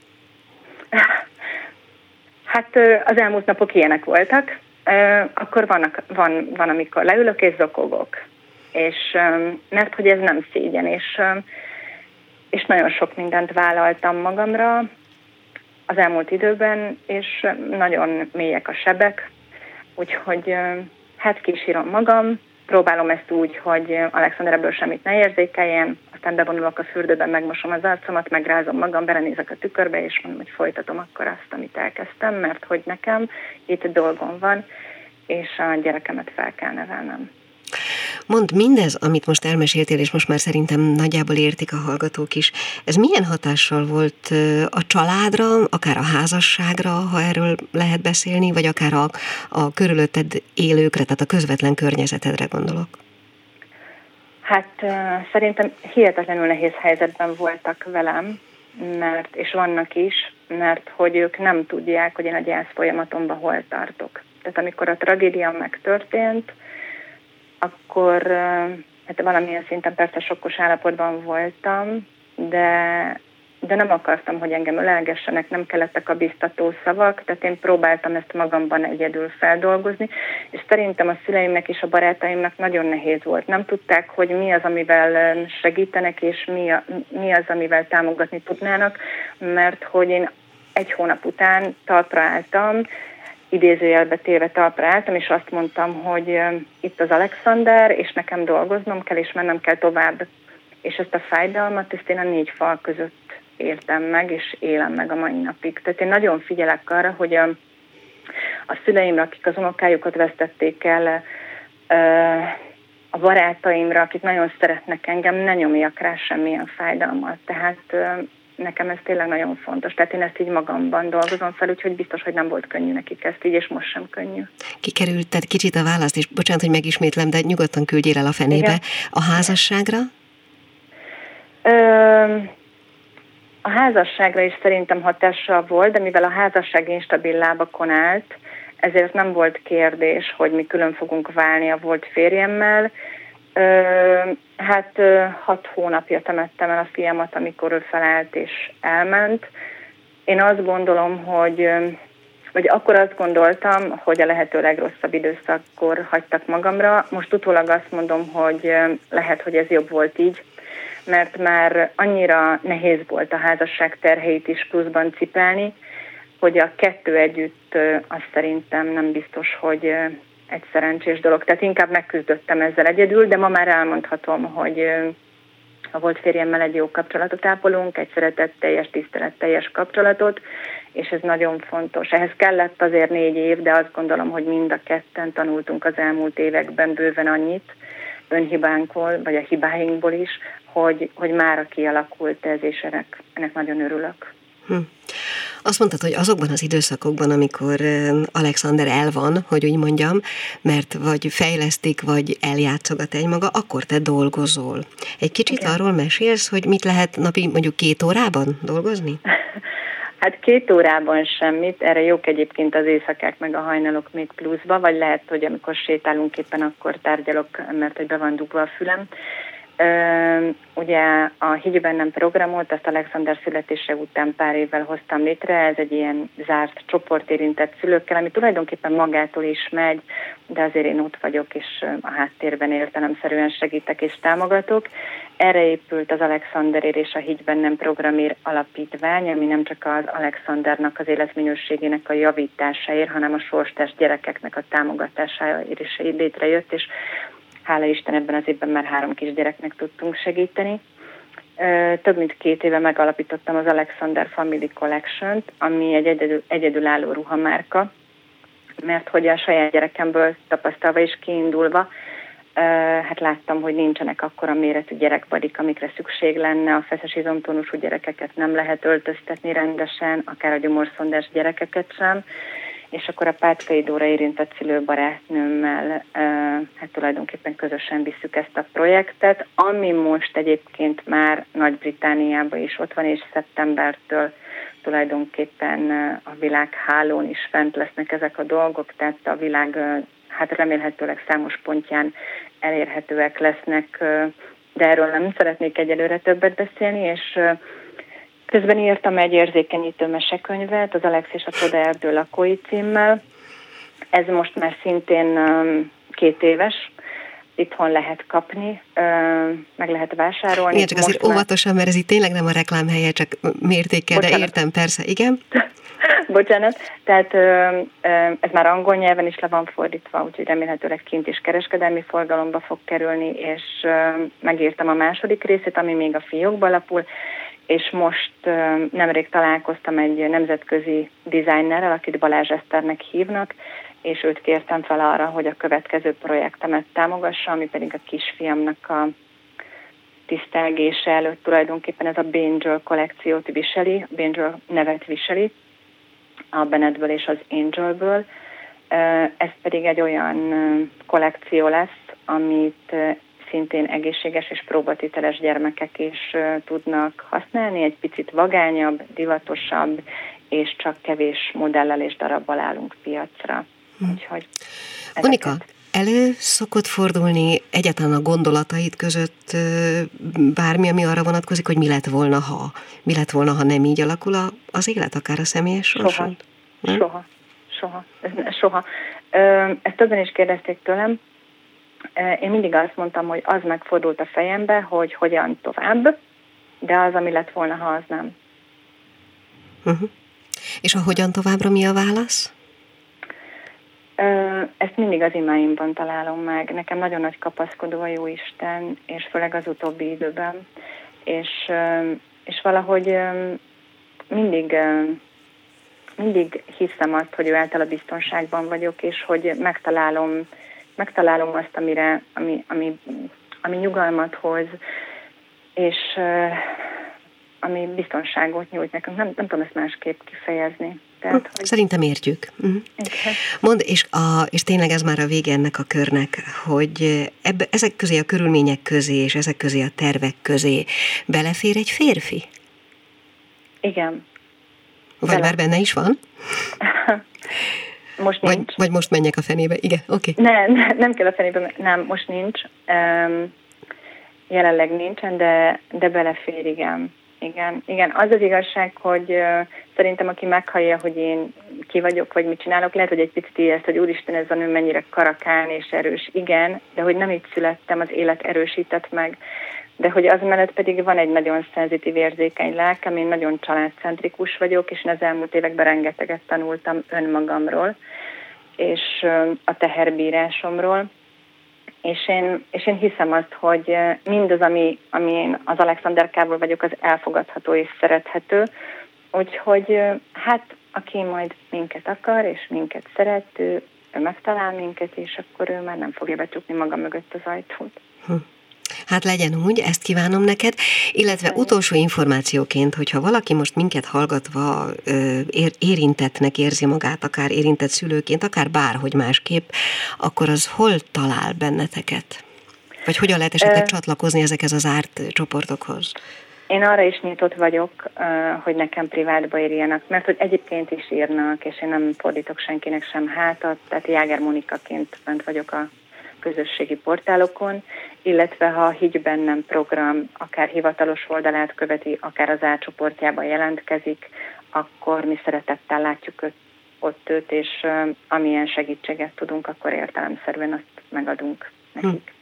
Hát az elmúlt napok ilyenek voltak. Akkor van, amikor leülök és zokogok. És mert hogy ez nem szégyen, és nagyon sok mindent vállaltam magamra az elmúlt időben, és nagyon mélyek a sebek, úgyhogy hát kísírom magam, próbálom ezt úgy, hogy Alexander ebből semmit ne érzékeljen, aztán bevonulok a fürdőben, megmosom az arcomat, megrázom magam, belenézek a tükörbe, és mondom, hogy folytatom akkor azt, amit elkezdtem, mert hogy nekem itt dolgom van, és a gyerekemet fel kell nevelnem. Mondd, mindez, amit most elmeséltél, és most már szerintem nagyjából értik a hallgatók is, ez milyen hatással volt a családra, akár a házasságra, ha erről lehet beszélni, vagy akár a körülötted élőkre, tehát a közvetlen környezetedre gondolok? Hát szerintem hihetetlenül nehéz helyzetben voltak velem, és vannak is, mert hogy ők nem tudják, hogy én a gyász folyamatomban hol tartok. Tehát amikor a tragédia megtörtént, akkor hát valamilyen szinten persze sokkos állapotban voltam, de nem akartam, hogy engem ölelgessenek, nem kellettek a biztató szavak, tehát én próbáltam ezt magamban egyedül feldolgozni, és szerintem a szüleimnek és a barátaimnak nagyon nehéz volt. Nem tudták, hogy mi az, amivel segítenek, és mi az, amivel támogatni tudnának, mert hogy én 1 hónap után talpra álltam, idézőjelbe téve talpra álltam, és azt mondtam, hogy itt az Alexander, és nekem dolgoznom kell, és mennem kell tovább. És ezt a fájdalmat, ezt én a 4 fal között éltem meg, és élem meg a mai napig. Tehát én nagyon figyelek arra, hogy a szüleimre, akik az unokájukat vesztették el, a barátaimra, akik nagyon szeretnek engem, ne nyomjak rá semmilyen fájdalmat. Tehát nekem ez tényleg nagyon fontos. Tehát én ezt így magamban dolgozom fel, úgyhogy biztos, hogy nem volt könnyű nekik ezt így, és most sem könnyű. Kikerült, tehát kicsit a választ, és bocsánat, hogy megismétlem, de nyugodtan küldjél el a fenébe. Igen. A házasságra? A házasságra is szerintem hatással volt, de mivel a házasság instabil lábakon állt, ezért nem volt kérdés, hogy mi külön fogunk válni a volt férjemmel. 6 hónapja temettem el a fiamat, amikor ő felállt és elment. Én azt gondolom, vagy akkor azt gondoltam, hogy a lehető legrosszabb időszakkor hagytak magamra. Most utólag azt mondom, hogy lehet, hogy ez jobb volt így, mert már annyira nehéz volt a házasság terheit is pluszban cipelni, hogy a 2 együtt azt szerintem nem biztos, hogy egy szerencsés dolog. Tehát inkább megküzdöttem ezzel egyedül, de ma már elmondhatom, hogy a volt férjemmel egy jó kapcsolatot ápolunk, egy szeretetteljes, tiszteletteljes kapcsolatot, és ez nagyon fontos. Ehhez kellett azért 4 év, de azt gondolom, hogy mind a ketten tanultunk az elmúlt években bőven annyit, önhibánkból, vagy a hibáinkból is, hogy mára kialakult ez, és ennek nagyon örülök. Azt mondtad, hogy azokban az időszakokban, amikor Alexander el van, hogy úgy mondjam, mert vagy fejlesztik, vagy eljátszogat egymaga, akkor te dolgozol. Egy kicsit Igen. arról mesélsz, hogy mit lehet napi mondjuk 2 órában dolgozni? Hát 2 órában semmit, erre jók egyébként az éjszakák meg a hajnalok még pluszba, vagy lehet, hogy amikor sétálunk éppen, akkor tárgyalok, mert hogy be van dugva a fülem. Ugye a Higgy bennem programot, azt Alexander születése után pár évvel hoztam létre, ez egy ilyen zárt csoport érintett szülőkkel, ami tulajdonképpen magától is megy, de azért én ott vagyok, és a háttérben értelemszerűen segítek és támogatok. Erre épült az Alexanderért és a Higgy bennem programért alapítvány, ami nem csak az Alexandernak az életminőségének a javításáért, hanem a sorstás gyerekeknek a támogatásáért is létrejött, és hála Isten, ebben az évben már 3 kisgyereknek tudtunk segíteni. Több mint 2 éve megalapítottam az Alexander Family Collection-t, ami egy egyedülálló ruhamárka, mert hogy a saját gyerekemből tapasztalva és kiindulva hát láttam, hogy nincsenek akkora méretű gyerekbadik, amikre szükség lenne, a feszes izomtónusú gyerekeket nem lehet öltöztetni rendesen, akár a gyomorszondás gyerekeket sem, és akkor a Pátkai Dóra érintett szülőbarátnőmmel hát tulajdonképpen közösen visszük ezt a projektet, ami most egyébként már Nagy-Britanniában is ott van, és szeptembertől tulajdonképpen a világhálón is fent lesznek ezek a dolgok, tehát a világ hát remélhetőleg számos pontján elérhetőek lesznek, de erről nem szeretnék egyelőre többet beszélni, és közben írtam egy érzékenyítő mesekönyvet, az Alex és a Csoda erdő lakói címmel. Ez most már szintén 2 éves, itthon lehet kapni, meg lehet vásárolni. Igen, csak azért óvatosan, mert ez itt tényleg nem a reklámhelye, csak mértéke, de értem, persze, igen. Bocsánat, tehát ez már angol nyelven is le van fordítva, úgyhogy remélhetőleg kint is kereskedelmi forgalomba fog kerülni, és megírtam a második részét, ami még a fiókba alapul, és most nemrég találkoztam egy nemzetközi designerrel, akit Balázs Eszternek hívnak, és őt kértem fel arra, hogy a következő projektemet támogassa, ami pedig a kisfiamnak a tisztelgése előtt tulajdonképpen ez a Bangel kollekciót viseli, Bangel nevet viseli, a Bennettből és az Angelből. Ez pedig egy olyan kollekció lesz, amit szintén egészséges és próbatételes gyermekek is tudnak használni, egy picit vagányabb, divatosabb, és csak kevés modellel és darabbal állunk piacra. Úgyhogy Monika, elő szokott fordulni egyáltalán a gondolataid között bármi, ami arra vonatkozik, hogy mi lett volna, ha nem így alakul az élet, akár a személyes sorsod? Soha. Ezt többen is kérdezték tőlem. Én mindig azt mondtam, hogy az megfordult a fejembe, hogy hogyan tovább, de az, ami lett volna, ha az nem. És a hogyan továbbra mi a válasz? Ezt mindig az imáimban találom meg. Nekem nagyon nagy kapaszkodó a Jóisten, és főleg az utóbbi időben. És valahogy mindig hiszem azt, hogy ő által a biztonságban vagyok, és hogy megtalálom azt, ami nyugalmat hoz, és ami biztonságot nyújt nekünk. Nem tudom ezt másképp kifejezni. Tehát, hogy... Szerintem értjük. Mondd, és tényleg ez már a vége ennek a körnek, hogy ezek közé a körülmények közé, és ezek közé a tervek közé belefér egy férfi? Igen. Vagy már benne is van? Most nincs. Vagy most menjek a fenébe, igen, oké. Nem kell a fenébe, nem, most nincs. Jelenleg nincsen, de belefér, igen. Igen, az az igazság, hogy szerintem aki meghallja, hogy én ki vagyok, vagy mit csinálok, lehet, hogy egy picit ijeszt, hogy úristen, ez a nő mennyire karakán és erős. Igen, de hogy nem így születtem, az élet erősített meg. De hogy az mellett pedig van egy nagyon szenzitív, érzékeny lelkem, én nagyon családcentrikus vagyok, és én az elmúlt években rengeteget tanultam önmagamról, és a teherbírásomról. És én hiszem azt, hogy mindaz, ami én az Alexander K-ból vagyok, az elfogadható és szerethető. Úgyhogy hát aki majd minket akar, és minket szeret, ő megtalál minket, és akkor ő már nem fogja becsukni maga mögött az ajtót. Hát legyen úgy, ezt kívánom neked, illetve utolsó információként, hogyha valaki most minket hallgatva érintettnek érzi magát, akár érintett szülőként, akár bárhogy másképp, akkor az hol talál benneteket? Vagy hogyan lehet esetleg csatlakozni ezekhez az árt csoportokhoz? Én arra is nyitott vagyok, hogy nekem privátba írjanak, mert hogy egyébként is írnak, és én nem fordítok senkinek sem hátat, tehát Jáger Monikaként bent vagyok a közösségi portálokon, illetve ha a Higgy Bennem program akár hivatalos oldalát követi, akár az átcsoportjában jelentkezik, akkor mi szeretettel látjuk ott őt, és amilyen segítséget tudunk, akkor értelemszerűen azt megadunk nekik.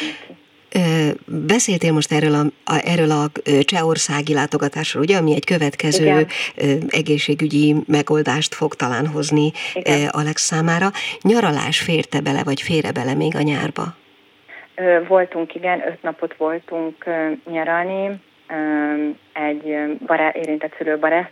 Beszéltél most erről a csehországi látogatásról, ugye, ami egy következő egészségügyi megoldást fog talán hozni Alex számára. Nyaralás férte bele, vagy fére bele még a nyárba? Voltunk, 5 napot voltunk nyaralni egy érintett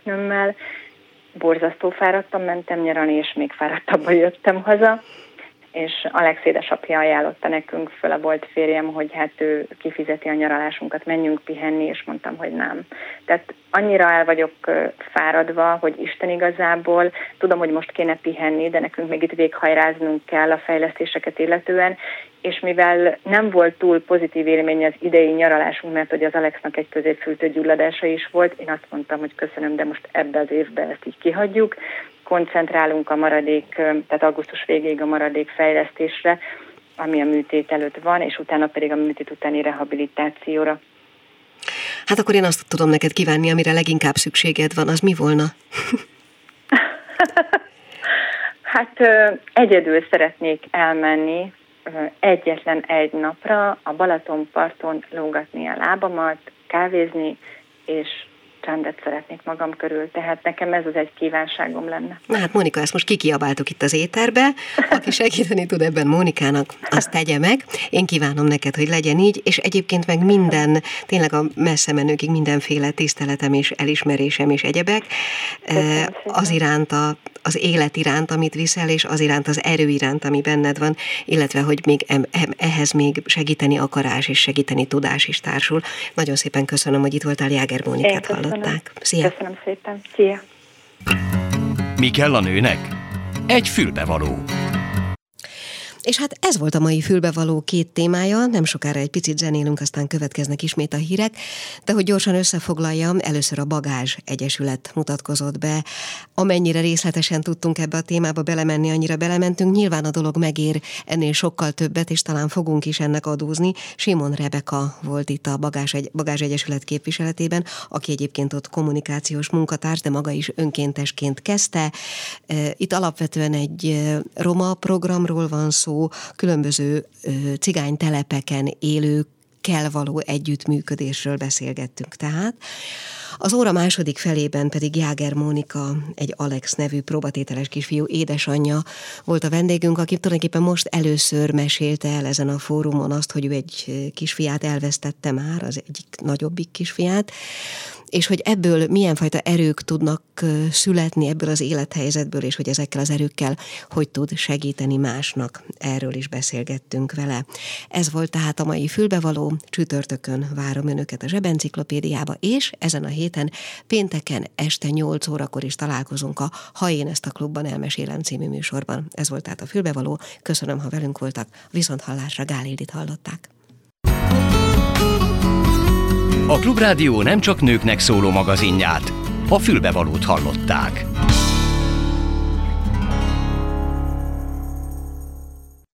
szülőbarátnőmmel. Borzasztó fáradtam, mentem nyaralni, és még fáradtabban jöttem haza. és Alex édesapja ajánlotta nekünk föl a volt férjem, hogy hát ő kifizeti a nyaralásunkat, menjünk pihenni, és mondtam, hogy nem. Tehát annyira el vagyok fáradva, hogy Isten igazából, tudom, hogy most kéne pihenni, de nekünk még itt véghajráznunk kell a fejlesztéseket illetően, és mivel nem volt túl pozitív élmény az idei nyaralásunk, mert hogy az Alexnak egy középfültőgyulladása is volt, én azt mondtam, hogy köszönöm, de most ebbe az évben ezt így kihagyjuk, koncentrálunk a maradék, tehát augusztus végéig a maradék fejlesztésre, ami a műtét előtt van, és utána pedig a műtét utáni rehabilitációra. Hát akkor én azt tudom neked kívánni, amire leginkább szükséged van, az mi volna? Hát egyedül szeretnék elmenni egyetlen egy napra a Balatonparton lógatni a lábamat, kávézni, és csendet szeretnék magam körül, tehát nekem ez az egy kívánságom lenne. Na hát Mónika, ezt most kikiabáltuk itt az éterbe, aki segíteni tud ebben Mónikának, azt tegye meg. Én kívánom neked, hogy legyen így, és egyébként meg minden, tényleg a messze menőkig mindenféle tiszteletem és elismerésem és egyebek az iránt, az élet iránt, amit viszel, és az iránt, az erő iránt, ami benned van, illetve, hogy még ehhez még segíteni akarás és segíteni tudás is társul. Nagyon szépen köszönöm, hogy itt voltál, Jáger Mónikát hallották. Szia! Köszönöm szépen. Szia! Mi kell a nőnek? Egy fülbevaló. És hát ez volt a mai fülbevaló 2 témája, nem sokára egy picit zenélünk, aztán következnek ismét a hírek, de hogy gyorsan összefoglaljam, először a Bagázs Egyesület mutatkozott be. Amennyire részletesen tudtunk ebbe a témába belemenni, annyira belementünk, nyilván a dolog megér ennél sokkal többet, és talán fogunk is ennek adózni. Simon Rebeka volt itt a Bagázs Egyesület képviseletében, aki egyébként ott kommunikációs munkatárs, de maga is önkéntesként kezdte. Itt alapvetően egy roma programról van szó, különböző cigánytelepeken élőkkel való együttműködésről beszélgettünk tehát. Az óra második felében pedig Jáger Mónika, egy Alex nevű próbatételes kisfiú édesanyja volt a vendégünk, aki tulajdonképpen most először mesélte el ezen a fórumon azt, hogy ő egy kisfiát elvesztette már, az egyik nagyobbik kisfiát, és hogy ebből milyen fajta erők tudnak születni ebből az élethelyzetből, és hogy ezekkel az erőkkel hogy tud segíteni másnak. Erről is beszélgettünk vele. Ez volt tehát a mai fülbevaló. Csütörtökön várom önöket a Zsebenciklopédiába, és ezen a héten pénteken este 8 órakor is találkozunk a Ha én ezt a klubban elmesélem című műsorban. Ez volt tehát a fülbevaló. Köszönöm, ha velünk voltak. Viszonthallásra, Gál Ildit hallották. A Klubrádió nem csak nőknek szóló magazinját, a fülbevalót hallották.